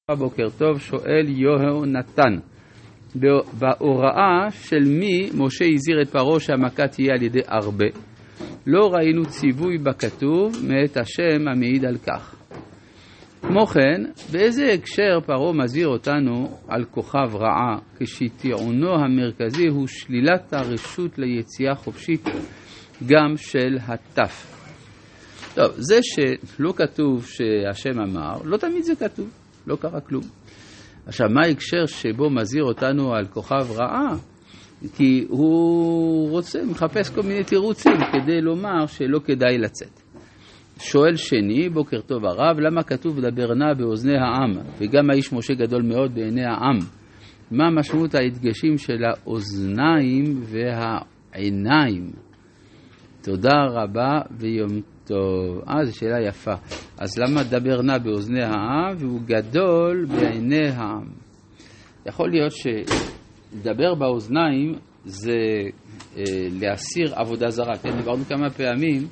בוקר טוב, שואל יהונתן, בהוראה של מי משה הזהיר את פרעה שהמכה תהיה על ידי הרבה? לא ראינו ציווי בכתוב מאת השם המעיד על כך. כמו כן, באיזה הקשר פרעה מזהיר אותנו על כוכב רעה, כשטיעונו המרכזי הוא שלילת הרשות ליציאה חופשית גם של הטף? טוב, זה שלא כתוב שהשם אמר, לא תמיד זה כתוב. לא קרה כלום. עכשיו, מה ההקשר שבו מזהיר אותנו על כוכב רעה? כי הוא רוצה, מחפש כל מיני תירוצים כדי לומר שלא כדאי לצאת. שואל שני, בוקר טוב הרב, למה כתוב דבר נא באוזני העם, וגם האיש משה גדול מאוד בעיני העם? מה משמעות ההדגשים של האוזניים והעיניים? תודה רבה ויום טוב. זו שאלה יפה. אז למה דבר נא באוזני העם והוא גדול בעיני העם? יכול להיות שדבר באוזניים זה להסיר עבודה זרה. כן, דיברנו כמה פעמים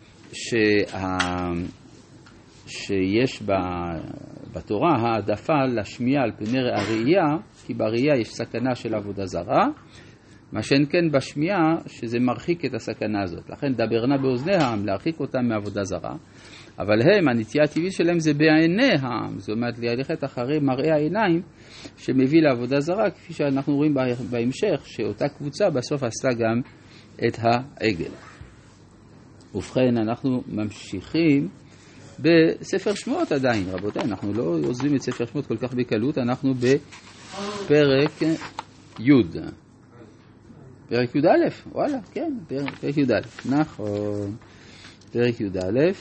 שיש בתורה העדפה לשמיעה על פני הראייה, כי בראייה יש סכנה של עבודה זרה, מה שאין כן בשמיעה שזה מרחיק את הסכנה הזאת. לכן דבר נא באוזני העם, להרחיק אותם מעבודה זרה. אבל הם, הנטייה הטבעית שלהם זה בעיני העם. זאת אומרת, ללכת אחרי מראה העיניים שמביא לעבודה זרה, כפי שאנחנו רואים בהמשך, שאותה קבוצה בסוף עשתה גם את העגל. ובכן, אנחנו ממשיכים בספר שמות עדיין. רבותיי, אנחנו לא עוזבים את ספר שמות כל כך בקלות, אנחנו בפרק י'. פרק י"א, וואלה, כן, פרק י"א, נכון, פרק י"א,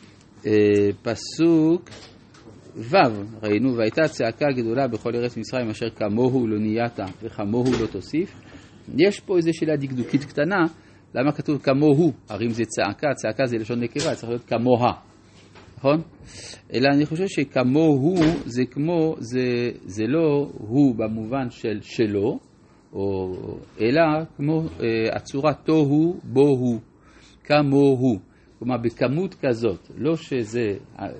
פסוק ו', ראינו, והייתה צעקה גדולה בכל ארץ מצרים אשר כמוהו לא נייתה וכמוהו לא תוסיף. יש פה איזו שאלה דקדוקית קטנה, למה כתוב כמוהו? הרי אם זה צעקה, צעקה זה לשון נקבה, צריך להיות כמוה, נכון? אלא אני חושב שכמוהו זה כמו, זה לא הוא במובן של שלו, אלא כמו הצורה תוהו בוהו, כמוהו, כלומר בכמות כזאת, לא שזה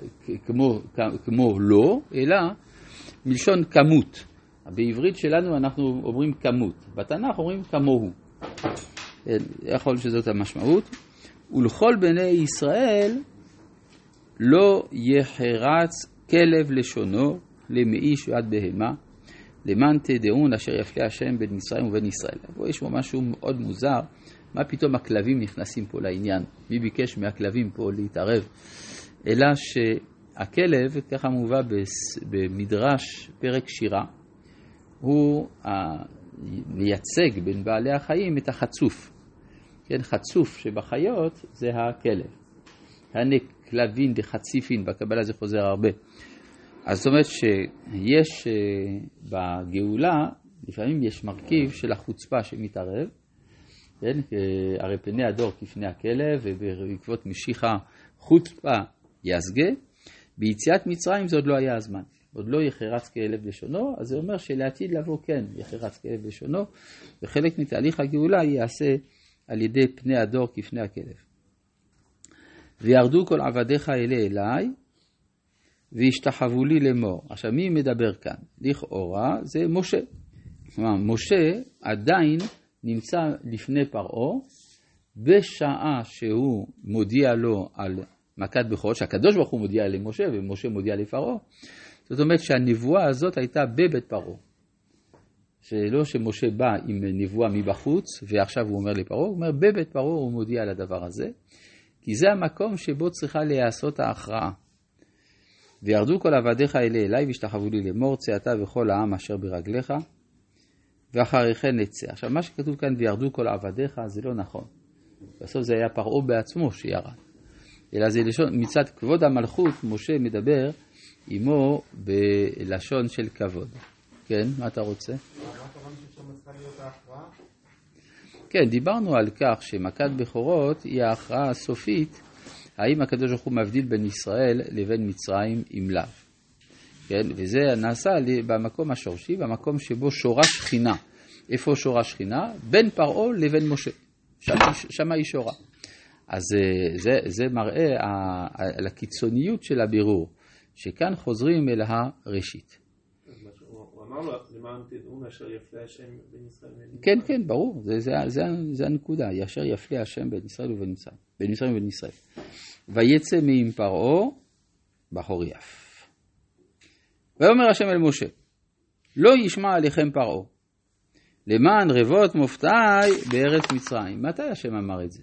כמו לא, אלא מלשון כמות. בעברית שלנו אנחנו אומרים כמות, בתנ"ך אומרים כמוהו. יכול שזאת המשמעות. ולכל בני ישראל לא יחרץ כלב לשונו למאיש ועד בהמה, למען תדעון אשר יפלה השם בין מצרים ובין ישראל. פה יש משהו מאוד מוזר, מה פתאום הכלבים נכנסים פה לעניין? מי ביקש מהכלבים פה להתערב? אלא שהכלב, ככה מובא במדרש פרק שירה, הוא מייצג בין בעלי החיים את החצוף. כן, חצוף שבחיות זה הכלב. הנה כלבין דחציפין, בקבלה זה חוזר הרבה. אז זאת אומרת שיש בגאולה, לפעמים יש מרכיב של החוצפה שמתערב, כן? הרי פני הדור כפני הכלב, ובעקבות משיחה חוצפה יסגה. ביציאת מצרים זה עוד לא היה הזמן, עוד לא יחרץ כלב לשונו, אז זה אומר שלעתיד לבוא כן יחרץ כלב לשונו, וחלק מתהליך הגאולה יעשה על ידי פני הדור כפני הכלב. וירדו כל עבדיך אליי, והשתחוו לי לאמור. עכשיו, מי מדבר כאן? לכאורה זה משה. כלומר, משה עדיין נמצא לפני פרעה, בשעה שהוא מודיע לו על מכת בכורות, שהקדוש ברוך הוא מודיע למשה, ומשה מודיע לפרעה. זאת אומרת שהנבואה הזאת הייתה בבית פרעה. שלא שמשה בא עם נבואה מבחוץ, ועכשיו הוא אומר לפרעה, הוא אומר בבית פרעה הוא מודיע על הדבר הזה, כי זה המקום שבו צריכה להיעשות ההכרעה. וירדו כל עבדיך אליי והשתחוו לי לאמור, צאתה וכל העם אשר ברגליך, ואחרי כן נצא. עכשיו, מה שכתוב כאן וירדו כל עבדיך זה לא נכון. בסוף זה היה פרעה בעצמו שירד. אלא זה לשון, מצד כבוד המלכות, משה מדבר עמו בלשון של כבוד. כן, מה אתה רוצה? כן, דיברנו על כך שמכת בכורות היא ההכרעה הסופית, האם הקדוש ברוך הוא מבדיל בין ישראל לבין מצרים עם לאו. כן, וזה נעשה במקום השורשי, במקום שבו שורה שכינה. איפה שורה שכינה? בין פרעה לבין משה. שם היא שורה. אז זה מראה על הקיצוניות של הבירור, שכאן חוזרים אל הראשית. הוא אמר לו, למען תדעו אשר יפלה השם בין ישראל ובין ישראל. כן, כן, ברור, זה הנקודה, ישר יפלה השם בין ישראל ובין ישראל, בין ישראל ובין ישראל. ויצא מעם פרעה בחור יף. ויאמר השם אל משה, לא ישמע עליכם פרעה, למען רבות מופתיי בארץ מצרים. מתי השם אמר את זה?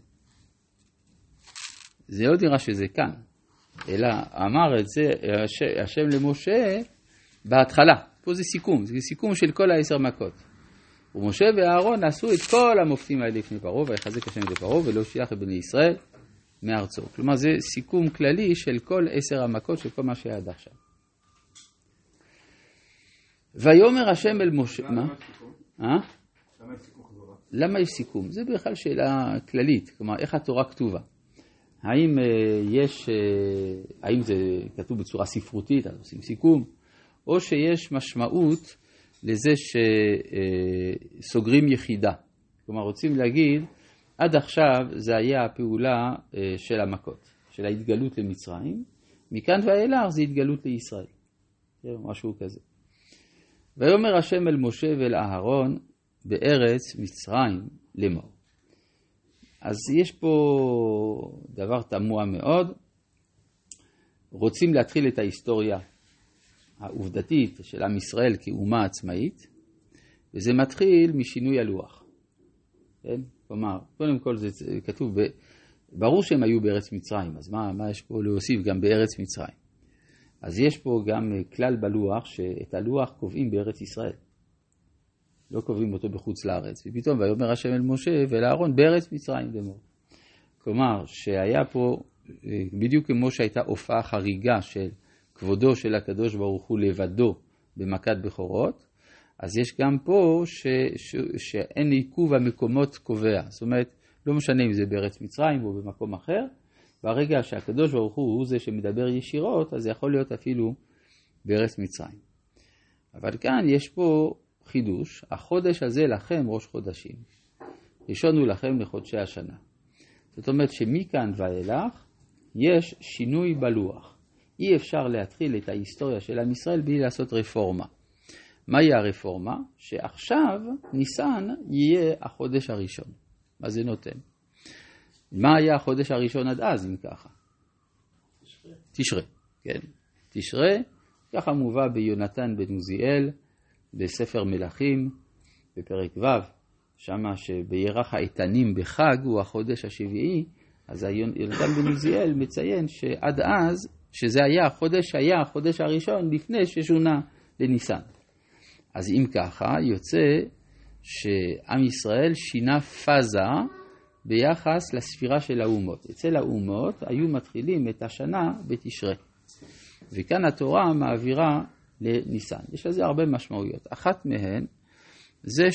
זה לא נראה שזה כאן, אלא אמר את זה השם למשה בהתחלה. פה זה סיכום של כל 10 מכות. ומשה ואהרון עשו את כל המופתים האלה לפני פרעה, ויחזק השם את פרעה ולא שילח את בני ישראל מארצו. כלומר זה סיכום כללי של כל 10 המכות של כל מה שהיה עד עכשיו. ויאמר השם אל משה, למה יש סיכום? זה בכלל שאלה כללית, כלומר איך התורה כתובה. האם זה כתוב בצורה ספרותית, אז עושים סיכום, או שיש משמעות לזה שסוגרים יחידה. כלומר רוצים להגיד, עד עכשיו זה היה הפעולה של המכות, של ההתגלות למצרים, מכאן ואילך זה התגלות לישראל. משהו כזה. ויאמר השם אל משה ואל אהרון בארץ מצרים לאמור. אז יש פה דבר תמוה מאוד. רוצים להתחיל את ההיסטוריה העובדתית של עם ישראל כאומה עצמאית, וזה מתחיל משינוי הלוח. כן? כלומר, קודם כל זה כתוב, ברור שהם היו בארץ מצרים, אז מה יש פה להוסיף גם בארץ מצרים? אז יש פה גם כלל בלוח, שאת הלוח קובעים בארץ ישראל. לא קובעים אותו בחוץ לארץ. ופתאום ויאמר השם אל משה ואל אהרון בארץ מצרים לאמור. כלומר, שהיה פה, בדיוק כמו שהייתה הופעה חריגה של כבודו של הקדוש ברוך הוא לבדו במכת בכורות, אז יש גם פה שאין עיכוב המקומות קובע. זאת אומרת, לא משנה אם זה בארץ מצרים או במקום אחר, ברגע שהקדוש ברוך הוא זה שמדבר ישירות, אז זה יכול להיות אפילו בארץ מצרים. אבל כאן יש פה חידוש, החודש הזה לכם ראש חודשים. ראשון הוא לכם לחודשי השנה. זאת אומרת שמכאן ואילך יש שינוי בלוח. אי אפשר להתחיל את ההיסטוריה של עם ישראל בלי לעשות רפורמה. מהי הרפורמה? שעכשיו ניסן יהיה החודש הראשון. מה זה נותן? מה היה החודש הראשון עד אז, אם ככה? תשרה. כן. תשרה, ככה מובא ביונתן בן עוזיאל, בספר מלכים, בפרק ו', שמה שבירח האיתנים בחג הוא החודש השביעי, אז יונתן בן עוזיאל מציין שעד אז, שזה היה החודש הראשון לפני ששונה לניסן. אז אם ככה, יוצא שעם ישראל שינה פאזה ביחס לספירה של האומות. אצל האומות היו מתחילים את השנה בתשרה. וכאן התורה מעבירה לניסן. יש לזה הרבה משמעויות. אחת מהן זה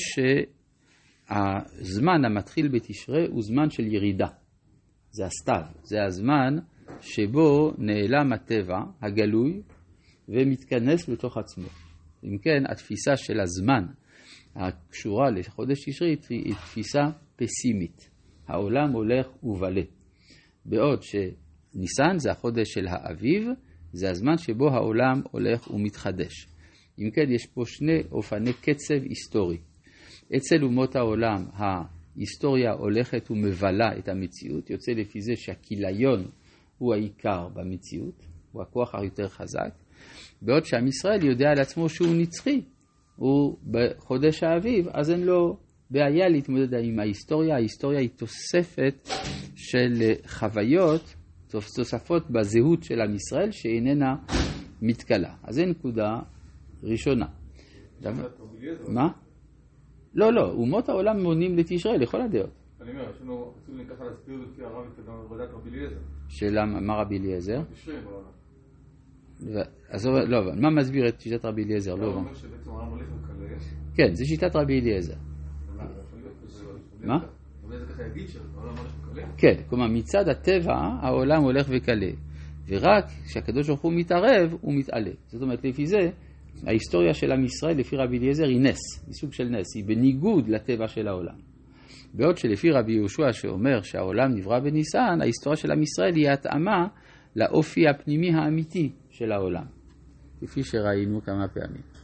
שהזמן המתחיל בתשרה הוא זמן של ירידה. זה הסתיו. זה הזמן שבו נעלם הטבע הגלוי ומתכנס לתוך עצמו. אם כן, התפיסה של הזמן הקשורה לחודש תשרי היא תפיסה פסימית. העולם הולך ובלה. בעוד שניסן זה החודש של האביב, זה הזמן שבו העולם הולך ומתחדש. אם כן, יש פה 2 אופני קצב היסטורי. אצל אומות העולם ההיסטוריה הולכת ומבלה את המציאות, יוצא לפי זה שהכיליון הוא העיקר במציאות, הוא הכוח היותר חזק, בעוד שעם ישראל יודע על עצמו שהוא נצחי, הוא בחודש האביב, אז אין לו בעיה להתמודד עם ההיסטוריה. ההיסטוריה היא תוספת של חוויות, תוספות בזהות של עם ישראל שאיננה מתקלה. אז זה נקודה ראשונה. מה? לא, אומות העולם מונים לתשרי לכל הדעות. אני אומר, יש לנו רצינו ככה להסביר לפי הרב את עבודת רבי אליעזר. שאלה, מה רבי אליעזר? תשרי בעולם. אז לא, מה מסביר את שיטת רבי אליעזר? הוא אומר שבעצם העולם הולך וקלה. כן, זה שיטת רבי אליעזר. מה? זה ככה יגיד שהעולם הולך וקלה? כן, כלומר מצד הטבע העולם הולך וקלה, ורק כשהקדוש ברוך הוא מתערב הוא מתעלה. זאת אומרת, לפי זה ההיסטוריה של עם ישראל לפי רבי אליעזר היא נס, היא סוג של נס, היא בניגוד לטבע של העולם. בעוד שלפי רבי יהושע שאומר שהעולם נברא בניסן, ההיסטוריה של עם ישראל היא התאמה לאופי הפנימי האמיתי של העולם, כפי שראינו כמה פעמים.